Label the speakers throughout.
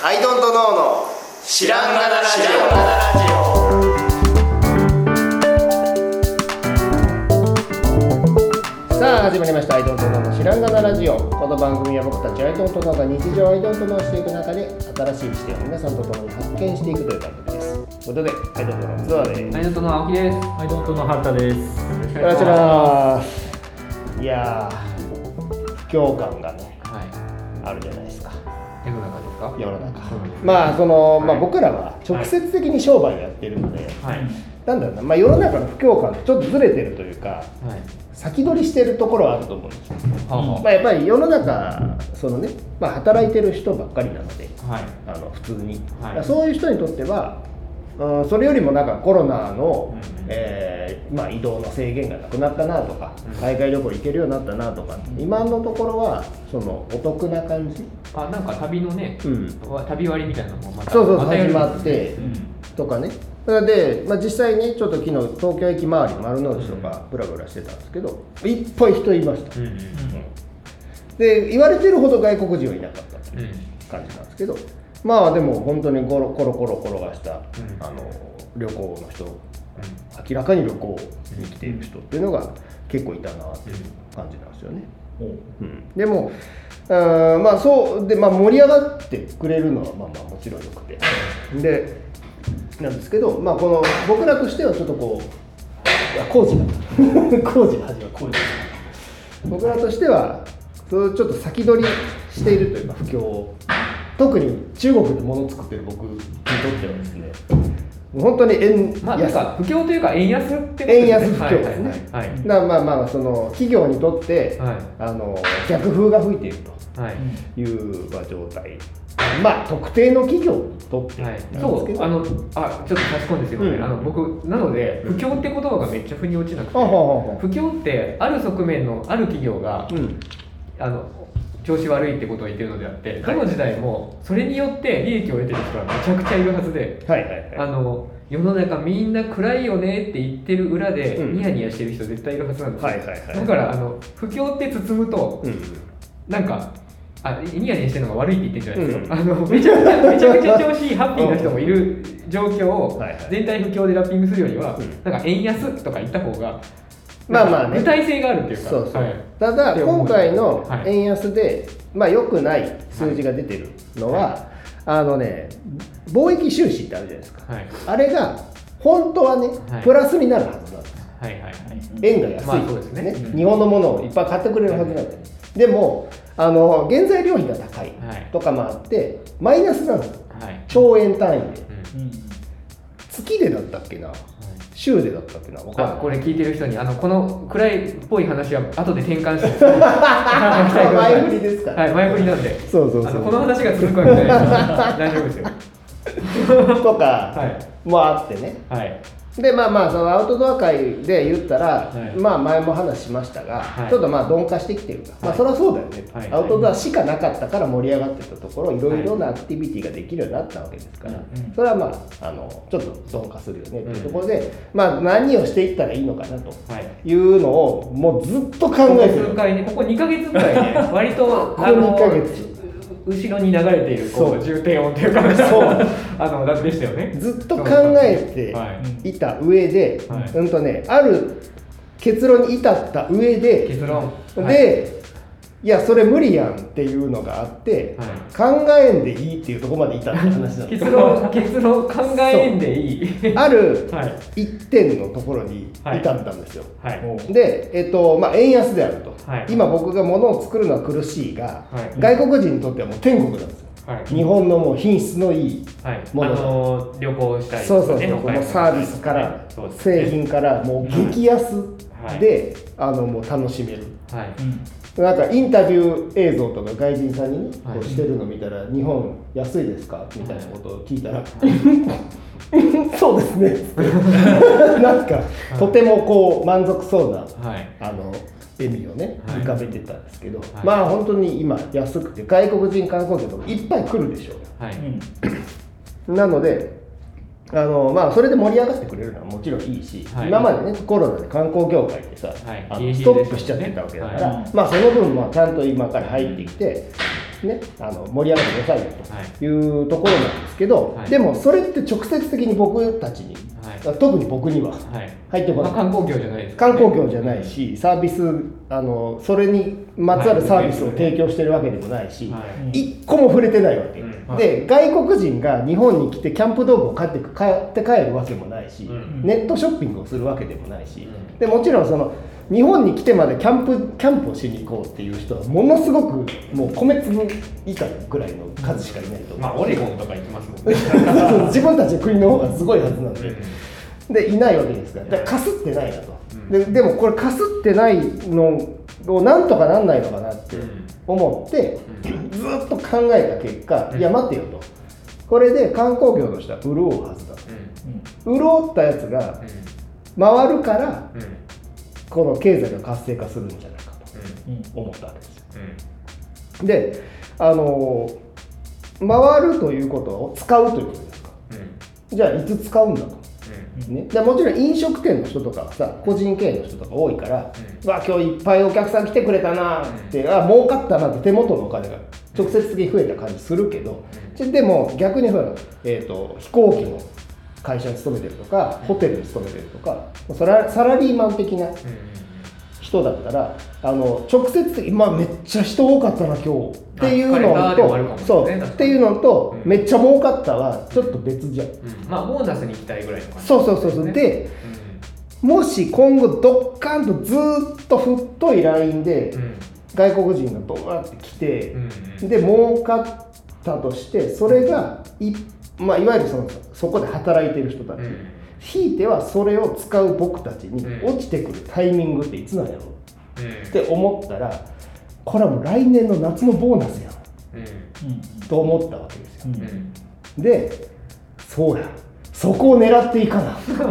Speaker 1: アイドントノーの知らんがなラジオ。さあ始まりました、アイドントノーの知らんがなラジオ。この番組は僕たちアイドントノーが日常アイドントノーしていく中で新しい視点を皆さんと共に発見していくという番組です。ということで、アイドントノーのツアーです。
Speaker 2: アイドントノー青木です。
Speaker 3: アイドントノー春田です。
Speaker 1: よろしくお願いします。いやー、不況感がね、あるじゃないですか。
Speaker 2: 世の中ですか？
Speaker 1: 世の中。まあ僕らは直接的に商売やってるので、なんだろうな、世の中の不況感とちょっとずれてるというか、先取りしてるところはあると思うんですよ。やっぱり世の中そのね、働いてる人ばっかりなので、普通に、そういう人にとっては、それよりもなんかコロナの、移動の制限がなくなったなとか、海外旅行行けるようになったなとか、今のところはそのお得な感じ、
Speaker 2: なんか旅のね、旅割みたいなのもまた
Speaker 1: 始まってとかね。で、実際にちょっと昨日東京駅周り丸の内とかブラブラしてたんですけど、いっぱい人いました。で、言われてるほど外国人はいなかったっていう感じなんですけど、でも本当にコロコロ転がした、旅行の人、明らかに旅行に来ている人っていうのが結構いたなっていう感じなんですよね。でもそうで、盛り上がってくれるのはもちろんよくて、でなんですけど、この僕らとしてはちょっとこう工事が始まる。僕らとしてはちょっと先取りしているというか、不況を、特に中国で物を作ってる僕にとってはですね、本当に
Speaker 2: 不況というか円安ってことですね。
Speaker 1: 円安不況ですね。だからその企業にとって、逆風が吹いているという、状態。特定の企業にとってなんですけど、ちょっと差し込んですよね。僕なので不況って言葉がめっちゃ腑に落ちなくて、不況ってある側面のある企業が、調子悪いってことを言ってるのであって、どの時代もそれによって利益を得てる人はめちゃくちゃいるはずで、世の中みんな暗いよねって言ってる裏でニヤニヤしてる人絶対いるはずなんですよ。だから不況って包むと、なんかニヤニヤしてるのが悪いって言ってるじゃないですか。めちゃくちゃ調子いいハッピーな人もいる状況を全体不況でラッピングするよりは、なんか円安とか言った方が具体性があるっていうか。 ただ今回の円安で良くない数字が出てるのは、貿易収支ってあるじゃないですか。あれが本当はね、プラスになるはずなんです。円が安いですね。日本のものをいっぱい買ってくれるはずなんで、でも原材料費が高いとかもあってマイナスなんですよ。兆円単位で、月でだったっけな、週でだったっけな、分かんない。
Speaker 2: これ聞いてる人にこの暗いっぽい話は後で転換して
Speaker 1: 前振りですから、
Speaker 2: 前振りなんで、この話が続くわけじゃないです大丈夫ですよ
Speaker 1: とかもあってね。でそのアウトドア界で言ったら、前も話しましたが、ちょっと鈍化してきてるか、そりゃそうだよね、アウトドアしかなかったから盛り上がってたところ、いろいろなアクティビティができるようになったわけですから、それはちょっと鈍化するよねっていうところで、何をしていったらいいのかなというのをもうずっと考えてる。
Speaker 2: ここ2ヶ月ぐらいね、割と
Speaker 1: 2ヶ月
Speaker 2: 後ろに流れている重低音というか、でしたよね。ず
Speaker 1: っと考えていた上で、ある結論に至った上で、いやそれ無理やんっていうのがあって、考えんでいいっていうところまでいたって話なんです。
Speaker 2: 結論考えんでいい
Speaker 1: ある一点のところに至ったんですよ。で、円安であると、今僕が物を作るのは苦しいが、外国人にとってはもう天国なんですよ。日本のもう品質のいいもの、
Speaker 2: 旅行したり、
Speaker 1: このサービスから製品からもう激安でもう楽しめる。なんかインタビュー映像とか外人さんにこうしてるの見たら、日本安いですかみたいなことを聞いたら、そうですねなんかとてもこう満足そうな笑みをね浮かべてたんですけど、本当に今安くて外国人観光客もいっぱい来るでしょう。なのでそれで盛り上がってくれるのはもちろんいいし、今までねコロナで観光業界ってさ、ストップしちゃってたわけだから、その分ちゃんと今から入ってきて、 ね、盛り上がってくださいよというところなんですけど、でもそれって直接的に僕たちに、特に僕には入ってこない、
Speaker 2: 観光業じゃないです
Speaker 1: か、ね、観光業じゃないし、サービスそれにまつわるサービスを提供してるわけでもないし、一個も触れてないわけ、で外国人が日本に来てキャンプ道具を買って帰るわけもないし、ネットショッピングをするわけでもないし、でもちろんその日本に来てまでキャンプをしに行こうっていう人はものすごくもう米粒以下ぐらいの数しかいないと思う。
Speaker 2: まあオレゴンとか行きますもんね
Speaker 1: 自分たちの国の方がすごいはずなんで、でいないわけですから、だからかすってないなと、でもこれかすってないのをなんとかなんないのかなって思って、ずっと考えた結果、いや待てよと、これで観光業の人は潤うはずだと、潤ったやつが回るから、この経済が活性化するんじゃないかと思ったわけですよ。で、回るということを使うということですか。じゃあいつ使うんだと。ね、でもちろん飲食店の人とかはさ、個人経営の人とか多いから、今日いっぱいお客さん来てくれたなって、儲かったなって手元のお金が直接的に増えた感じするけど、でも逆にほら、飛行機の会社に勤めてるとかホテルに勤めてるとかサラリーマン的な人だったら直接的に、めっちゃ人多かったな今日っていうのと、そうっていうのと、めっちゃ儲かったはちょっと別じゃん、
Speaker 2: ボーナスに行きたいぐらいの感じ、
Speaker 1: そうで、もし今後ドッカンとずっと太いラインで外国人がドーって来て、で儲かったとして、それがいわゆるそこで働いてる人たち、ひいてはそれを使う僕たちに落ちてくるタイミングっていつなんやろうって思ったら、これはもう来年の夏のボーナスやん、と思ったわけですよ、で、そうや、そこを狙っていかなって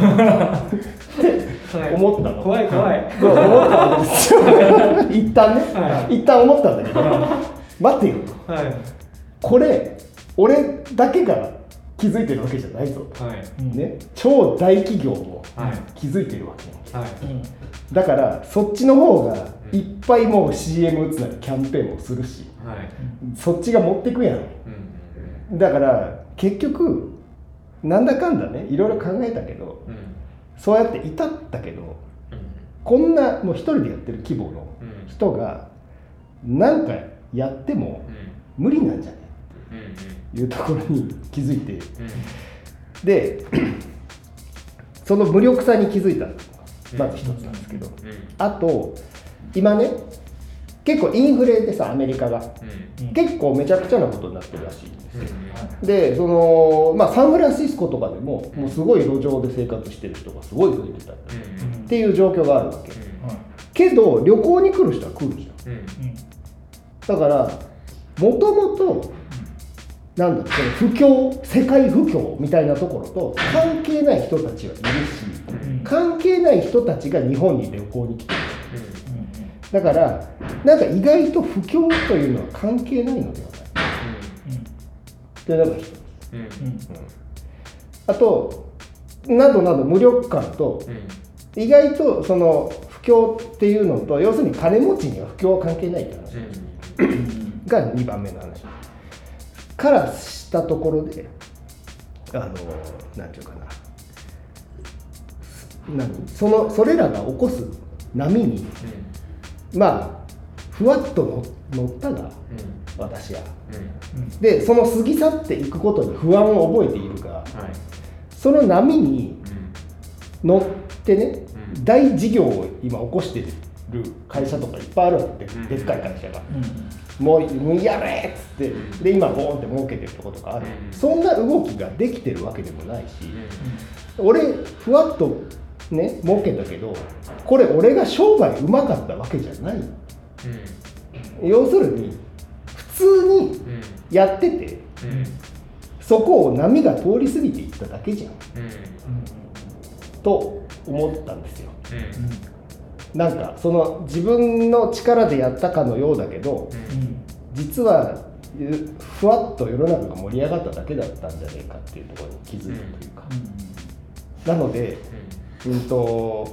Speaker 1: 思ったの。
Speaker 2: 怖い
Speaker 1: 思ったわけですよ一旦ね、一旦思ったんだけど待てよと、これ俺だけが気づいてるわけじゃないぞと、ね、超大企業も気づいてるわけなんで、だからそっちの方がいっぱいもう CM 打つなりキャンペーンもするし、そっちが持ってくやん、だから結局なんだかんだねいろいろ考えたけど、そうやって至ったけど、こんなもう一人でやってる規模の人がなんかやっても無理なんじゃねっていうところに気づいて、でその無力さに気づいたのがまず一つなんですけど、あと今ね結構インフレでさ、アメリカが結構めちゃくちゃなことになってるらしいんですよ。でサンフランシスコとかでももうすごい路上で生活してる人がすごい増えてたっていう状況があるわけ、けど旅行に来る人は来るじゃん、だからもともとなんだ不況、世界不況みたいなところと関係ない人たちはいるし、関係ない人たちが日本に旅行に来てる、だからなんか意外と不況というのは関係ないのではないっていうのが一つ、あとなどなど無力感と、意外とその不況っていうのと、要するに金持ちには不況は関係ないって話、が2番目の話からしたところで、なんていうかな、それらが起こす波に、ふわっと乗ったが私は、でその過ぎ去っていくことに不安を覚えているが、その波に乗ってね、大事業を今起こしてる会社とかいっぱいあるわけで、でっかい会社が、もうやれっつって、で今ボーンって儲けてるとことかある、そんな動きができてるわけでもないし、俺ふわっとね儲けたけど、これ俺が商売うまかったわけじゃない、要するに普通にやってて、そこを波が通り過ぎていっただけじゃん、と思ったんですよ、なんかその自分の力でやったかのようだけど、実はふわっと世の中が盛り上がっただけだったんじゃねえかっていうところに気づいたというか、なので、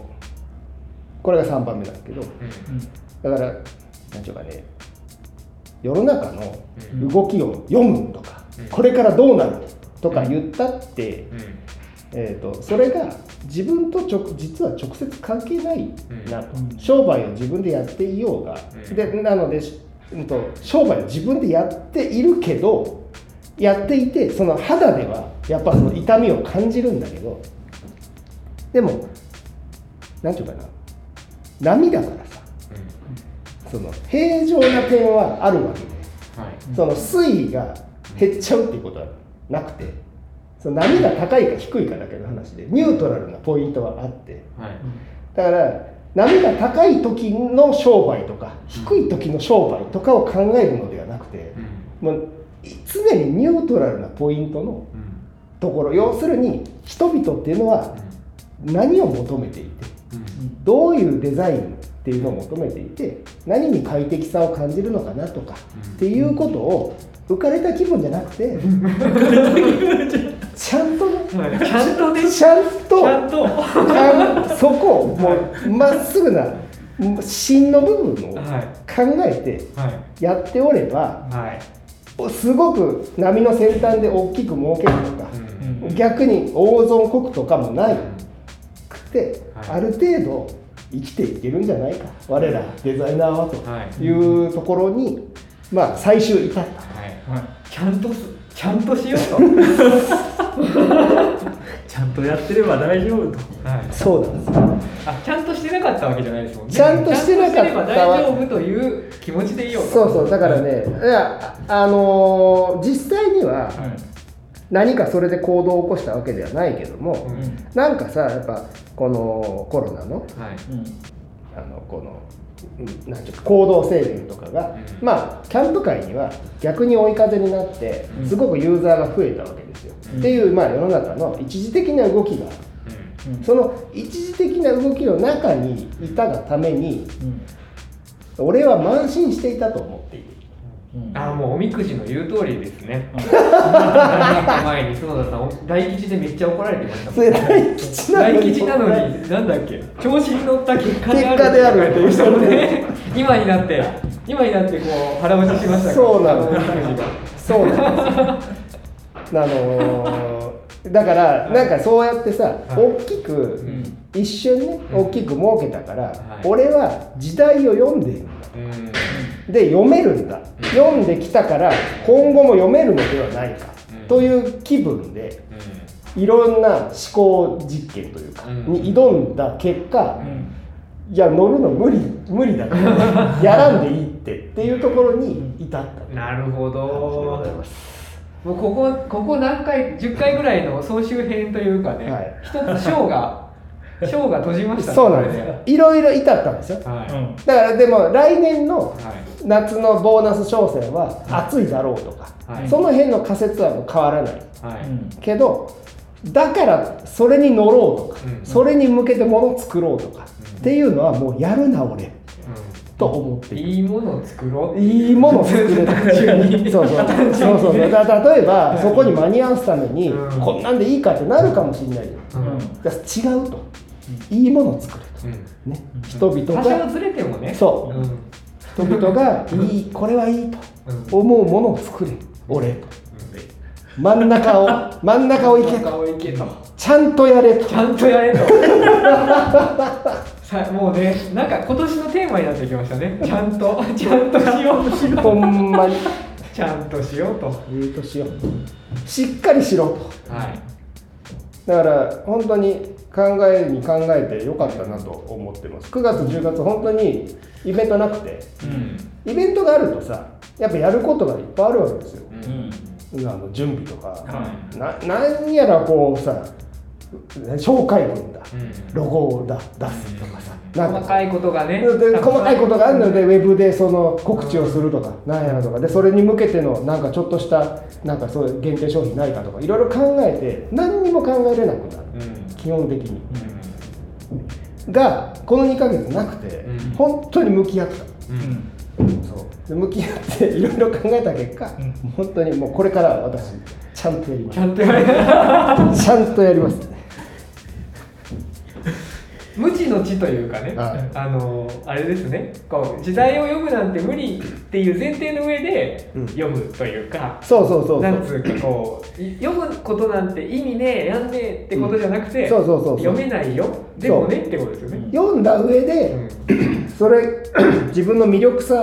Speaker 1: これが3番目なんだけど、だから何ていうかね、 世の中の動きを読むとか、これからどうなるとか言ったって、それが自分と実は直接関係ないなと、商売を自分でやっていようが、でなので、商売を自分でやっているけど、やっていてその肌ではやっぱその痛みを感じるんだけど、でもなんていうかな、波だからさ、その平常な点はあるわけで、その水位が減っちゃうっていうことはなくて、その波が高いか低いかだけの話でニュートラルなポイントはあって、だから波が高い時の商売とか低い時の商売とかを考えるのではなくて、もう常にニュートラルなポイントのところ、要するに人々っていうのは何を求めていて、どういうデザインっていうのを求めていて、何に快適さを感じるのかなとかっていうことを浮かれた気分じゃなくてちゃんとそこをもうまっすぐな芯の部分を考えてやっておれば、すごく波の先端で大きく儲けるとか、逆に大損こくとかもないくて、ある程度生きていけるんじゃないか、我らデザイナーはというところに、まあ最終至った。
Speaker 2: ちゃんとしようと
Speaker 3: ちゃんとやってれば大丈夫と、
Speaker 1: そうなんですよ。
Speaker 2: ちゃんとしてなかったわけじゃないですもんね。
Speaker 1: ちゃんとしてなかった
Speaker 2: ちゃんとしてれば大丈夫という気持ちでいようと。
Speaker 1: そうだからね、いや実際には何かそれで行動を起こしたわけではないけども、なんかさ、やっぱこのコロナの、このなんていうか行動制限とかが、まあキャンプ界には逆に追い風になってすごくユーザーが増えたわけですよ、っていう、まあ、世の中の一時的な動きがある、その一時的な動きの中にいたがために、俺は慢心していたと思っている。
Speaker 2: もうおみくじの言う通りですね。何年か前に園田さん大吉でめっちゃ怒られてましたもん。大吉なのになんだっけ、調子に乗った結果であるっていう人ね。今になってこう腹落ちしましたけど。
Speaker 1: そうなの。だからなんかそうやってさ、大きく一瞬ね、大きく儲けたから、俺は時代を読んでいるんだ。で読めるんだ、読んできたから今後も読めるのではないか、という気分でいろんな思考実験というかに挑んだ結果、いや乗るの無理だからやらんでいいっていうところに至った。
Speaker 2: なるほど。もうここ何回10回ぐらいの総集編というかね、一つ章が閉じましたね。
Speaker 1: そうなんですよ。いろいろ至ったんですよ。だからでも来年の夏のボーナス商戦は暑いだろうとか、その辺の仮説はもう変わらない、けど、だからそれに乗ろうとか、それに向けてもの作ろうとかっていうのはもうやるな俺、と思って
Speaker 2: いいものを作ろう、
Speaker 1: いいものを作るそう例えばそこに間に合わすためにこんなんでいいかってなるかもしれないよ、違うと、いいものを作ると、ね、人々が
Speaker 2: 多少ずれてもね、
Speaker 1: そう、人々がいい、これはいいと思うものを作れ、俺と、真ん中を行けと、ちゃんとやれと、
Speaker 2: もうね、なんか今年のテーマになってきましたね。ちゃんとしようと、
Speaker 1: ほんまに
Speaker 2: ちゃんとしようと、
Speaker 1: しっかりしろと、だから本当に考えてよかったなと思ってます。9月10月本当にイベントなくて、イベントがあるとさ、やっぱやることがいっぱいあるわけですよ、準備とか、何やらこうさ、紹介文だ、ロゴを出すとかさ、
Speaker 2: 細かいことがね、
Speaker 1: 細かいことがあるので、ウェブでその告知をするとか、なんやらとかで、それに向けてのなんかちょっとしたなんかそういう限定商品ないかとかいろいろ考えて、何にも考えれなくなる、基本的に、がこの2ヶ月なくて、本当に向き合った、そうで向き合っていろいろ考えた結果、本当にもうこれから私ちゃんとやります。ちゃんとやりますね。
Speaker 2: 無知の知というかね、あれですね、こう時代を読むなんて無理っていう前提の上で読むというか、
Speaker 1: そう
Speaker 2: なんつうかこう読むことなんて意味ねえやんねえってことじゃなくて、読めないよでもねってことですよね。
Speaker 1: 読んだ上で、それ自分の無力さ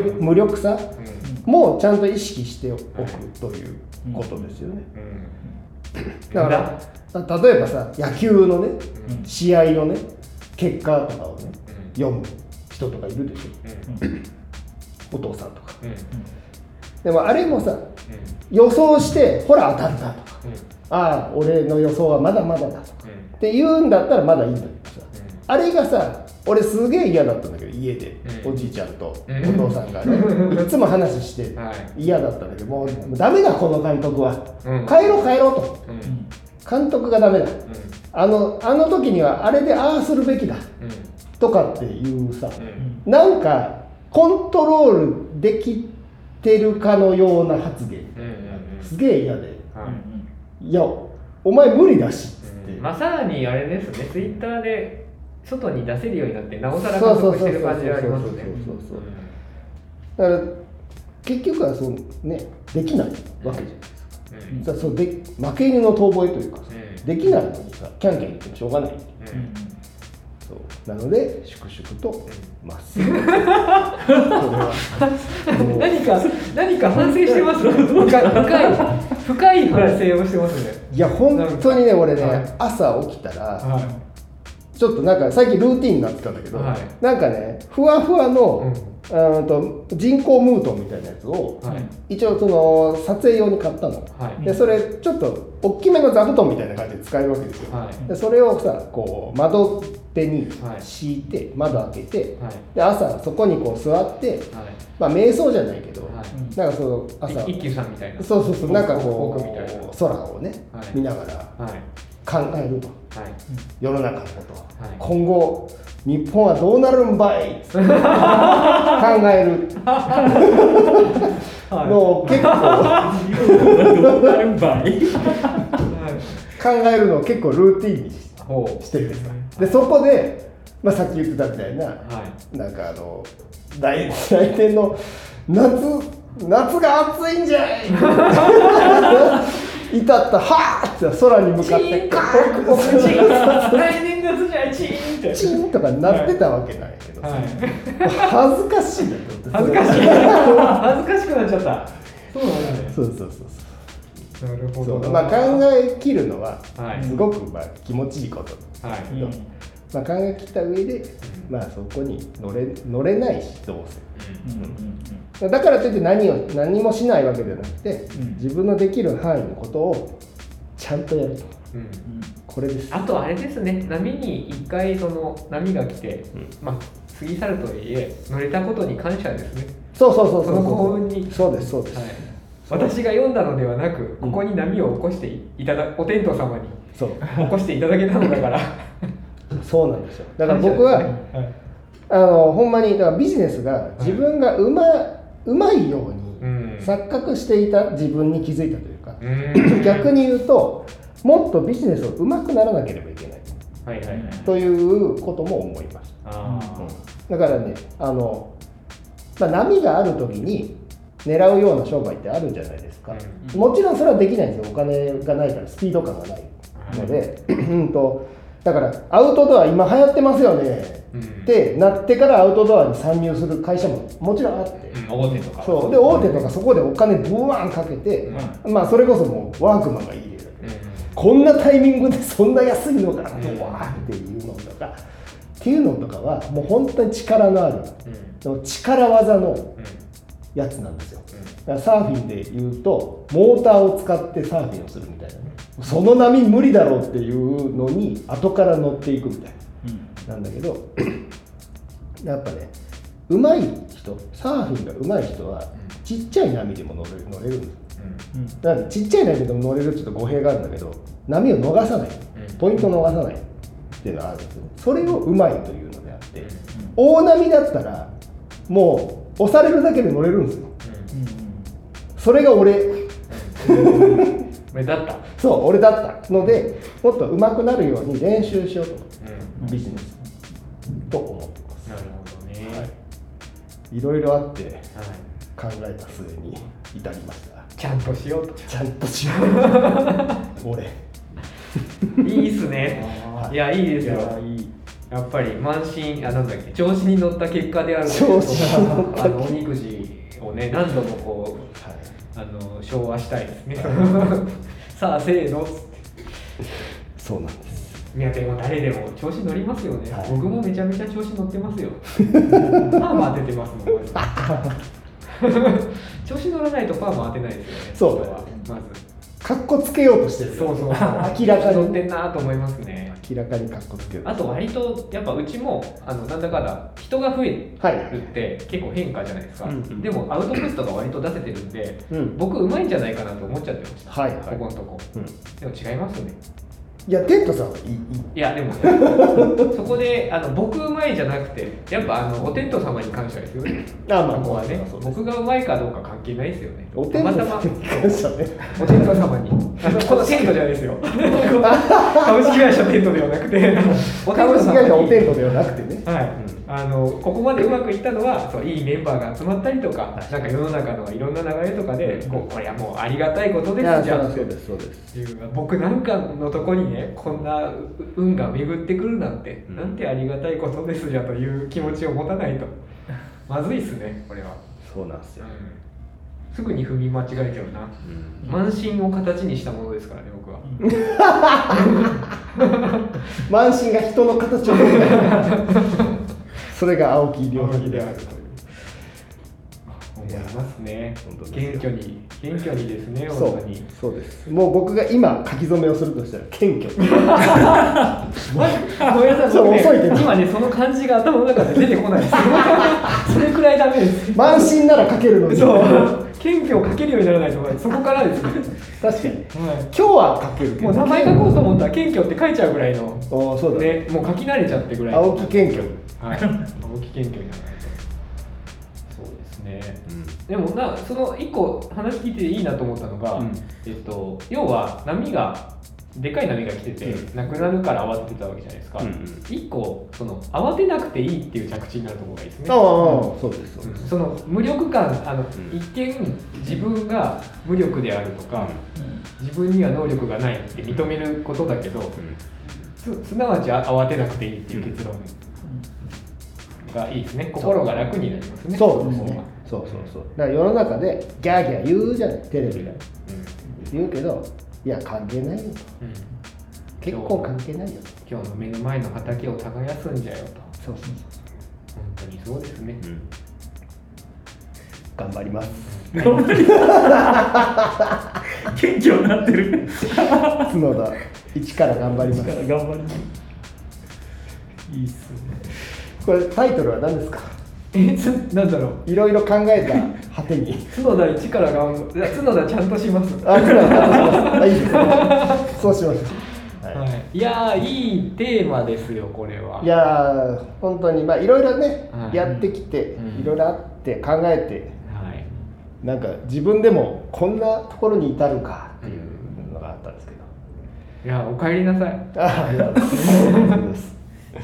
Speaker 1: もちゃんと意識しておくということですよね。だから例えばさ、野球のね、試合のね結果とかをね読む人とかいるでしょ、お父さんとか。でもあれもさ、予想してほら当たったとか、ああ俺の予想はまだまだだとかって言うんだったらまだいいんだけどさ、あれがさ、俺すげえ嫌だったんだけど、家でおじいちゃんとお父さんがねいつも話して嫌だったんだけど、もうダメだこの監督は、帰ろうと、監督がダメだ、あの時にはあれでああするべきだ、とかっていうさ、なんかコントロールできてるかのような発言、すげえ嫌で、いやお前無理だしっつって、
Speaker 2: まあさらにあれですね、ツイッターで外に出せるようになってなおさら加速してる感じがありますね。
Speaker 1: だから結局はそうね、できないわけじゃないですか。そうで負け犬の遠吠えというかさ、できないのにさキャンキャン言ってもしょうがない。そうなので粛々とまっすぐ。
Speaker 2: 何か反省してますね。深い反省をしてますね。
Speaker 1: いや本当にね、俺ね、朝起きたら。ちょっとなんか最近ルーティンになってたんだけど、なんかね、ふわふわの、人工ムートンみたいなやつを、一応その撮影用に買ったの、でそれちょっと大きめの座布団みたいな感じで使えるわけですよ、でそれをさこう窓辺に敷いて、窓開けて、で朝そこにこう座って、まあ瞑想じゃないけど、なんかその朝
Speaker 2: 一休さんみたいな、
Speaker 1: そうなんかこう空をね、見ながら考えると、世の中のこと、今後日本はどうなるんばい考えるのを結構考えるのを結構ルーティンにしてるんですよ。でそこで、まあ、さっき言ってたみたいな、なんか来年の夏が暑いんじゃい至ったはーって空に向かって
Speaker 2: 来年夏じゃチーンって
Speaker 1: チーンとかなってたわけなんやけどさ、恥ずかしいんだよ。
Speaker 2: 恥ずかしくなっちゃった。そうなんだね。
Speaker 1: そう
Speaker 2: なるほど。
Speaker 1: まあ考え切るのはすごくまあ気持ちいいことだけど、まあ考え切った上でまあそこに乗れないしどうせ、だからといって何もしないわけじゃなくて、自分のできる範囲のことをちゃんとやると、これです。
Speaker 2: あとあれですね、波に一回その波が来て、まあ過ぎ去るとはいえ乗れたことに感謝ですね。
Speaker 1: そう
Speaker 2: その幸運に。
Speaker 1: そうです、
Speaker 2: 私が読んだのではなく、ここに波を起こしてお天道様に起こしていただけたのだから
Speaker 1: そうなんですよ。だから僕は、ほんまにだからビジネスが自分がうまいように錯覚していた自分に気づいたというか、逆に言うともっとビジネスをうまくならなければいけないということも思います。だからね、まあ、波がある時に狙うような商売ってあるんじゃないですか。もちろんそれはできないんですよ。お金がないからスピード感がないのでだからアウトドア今流行ってますよねってなってからアウトドアに参入する会社ももちろんあって、
Speaker 2: 大手とか
Speaker 1: そうで大手とかそこでお金ブワーンかけて、まあそれこそもうワークマンがいい例だけど、こんなタイミングでそんな安いのかなとわーっていうのとかっていうのとかはもう本当に力のある、力技のやつなんですよ。だからサーフィンで言うとモーターを使ってサーフィンをするみたいなね、その波無理だろうっていうのに後から乗っていくみたいな、なんだけどやっぱね、上手い人、サーフィンが上手い人はちっちゃい波でも乗れるんですよ。だからちっちゃい波でも乗れるってちょっと語弊があるんだけど、波を逃さない、ポイントを逃さないっていうのがあるんですよ。それを上手いというのであって、大波だったらもう押されるだけで乗れるんですよ。それが俺
Speaker 2: だった
Speaker 1: そう俺だったので、もっと上手くなるように練習しようと、ビジネスと思ってます。
Speaker 2: なるほどね。
Speaker 1: はい、いろいろあって考えた末に至りました。
Speaker 2: ちゃんとしようと。
Speaker 1: ちゃんとしよう。俺。
Speaker 2: いいっすね。いや、いいですよ。やっぱり慢心、なんだっけ、調子に乗った結果であるということおみくじをね、何度もこう、昭和したいですね。さあ、せーの。
Speaker 1: そうなんです。
Speaker 2: いや、でも誰でも調子乗りますよね。僕もめちゃめちゃ調子乗ってますよ。パーマ当ててますもん。調子乗らないとパーマ当てないですよね。
Speaker 1: そうだ。まず。かっこつけようとしてる。
Speaker 2: そう。
Speaker 1: 明らかに
Speaker 2: 乗ってんなと思いますね。
Speaker 1: 明らかにかっこつける。
Speaker 2: あと割とやっぱうちもなんだかだ人が増えるって結構変化じゃないですか。でもアウトプットが割と出せてるんで、僕うまいんじゃないかなと思っちゃってました。ここのとこ。でも違いますね。
Speaker 1: いや、テントさんはいい。
Speaker 2: いや、でも、そこで僕うまいじゃなくて、やっぱおテント様に感謝ですよね。そこはね、僕がうまいかどうか関係ないですよね。
Speaker 1: おテント様に感謝ね。
Speaker 2: おテント様に。このテントじゃないですよ。株式会社テントではなくて、
Speaker 1: 株式会社おテントではなくてね。
Speaker 2: はい。ここまでうまくいったのは、いいメンバーが集まったりとか、なんか世の中のいろんな流れとかで、これはもうありがたいことですじゃん。
Speaker 1: そうです、そうです。
Speaker 2: 僕なんかのとこにね、こんな運が巡ってくるなんて、なんてありがたいことですじゃという気持ちを持たないと、まずいっすね、これは。
Speaker 1: そうなんですよ。
Speaker 2: すぐに踏み間違えちゃうな。慢心を形にしたものですからね、僕は。
Speaker 1: 慢心が人の形を取る。それが青木亮平であるという
Speaker 2: 思いますね。謙虚にですね、本当に。
Speaker 1: そうです。もう僕が今書き初めをするとしたら謙虚。ごめん
Speaker 2: なさい、遅いけど今ねその漢字が頭の中で出てこないです。それくらいダメです。
Speaker 1: 慢心なら書けるのに。
Speaker 2: そう。謙虚を書けるようにならないとそこからですね。
Speaker 1: 確かに。今日は書けるけど。
Speaker 2: もう名前書こうと思ったら謙虚って書いちゃうぐらいの。
Speaker 1: そうだね。
Speaker 2: もう書き慣れちゃってぐらい。
Speaker 1: 青木謙虚。
Speaker 2: はい。青木謙虚にならないと。そうですね。でもその一個話聞いていいなと思ったのが、要はでかい波が来てて、なくなるから慌ててたわけじゃないですか。一個慌てなくていいっていう着地になるところがいいですね。
Speaker 1: そうです。
Speaker 2: その無力感一見自分が無力であるとか、自分には能力がないって認めることだけど、すなわち慌てなくていいっていう結論がいいですね。心が楽になりますね。
Speaker 1: そうですね。そう。だから世の中でギャーギャー言うじゃない、テレビが。言うけど、いや関係ないよと。結構関係ないよと。
Speaker 2: 今日の目の前の畑を耕すんじゃよと。
Speaker 1: そう。
Speaker 2: 本当にそうですね。
Speaker 1: 頑張ります。
Speaker 3: 謙虚になってる。
Speaker 1: 角田一から頑張ります。
Speaker 2: いいっすね。
Speaker 1: これタイトルは何ですか？
Speaker 2: なんだろう。
Speaker 1: いろいろ考えた果てに。
Speaker 2: 角田一から頑張る。角田ちゃんとします。
Speaker 1: 角田ちゃんとします。いいですね。そうしましょう。
Speaker 2: いやー、いいテーマですよ、これは。
Speaker 1: いやー、本当にいろいろね、やってきて、いろいろあって考えて、なんか自分でもこんなところに至るかっていうのがあったんですけど。
Speaker 2: いや、お帰りなさい。
Speaker 1: ありがとうございます。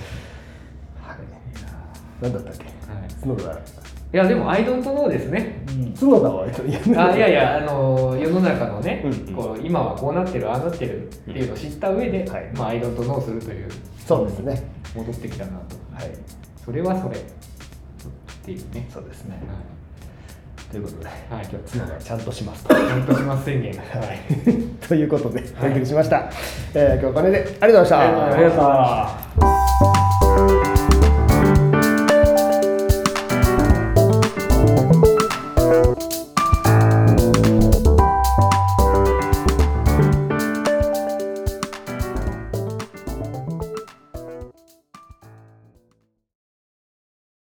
Speaker 1: 何だったっけ？角田。
Speaker 2: いやでもアイドントノーですね。
Speaker 1: 角田は
Speaker 2: 世の中のね、こう今はこうなってるああなってるっていうのを知った上で、アイドントノーするという。
Speaker 1: そうですね。
Speaker 2: 戻ってきたなと。それはそれっていうね。
Speaker 1: そうですね。ということで、
Speaker 2: 今
Speaker 1: 日は角田ちゃんとしますと。
Speaker 2: ちゃんとします宣言。
Speaker 1: ということでお送りしました。今日はこれでありがとうございました。
Speaker 2: ありがとうございました。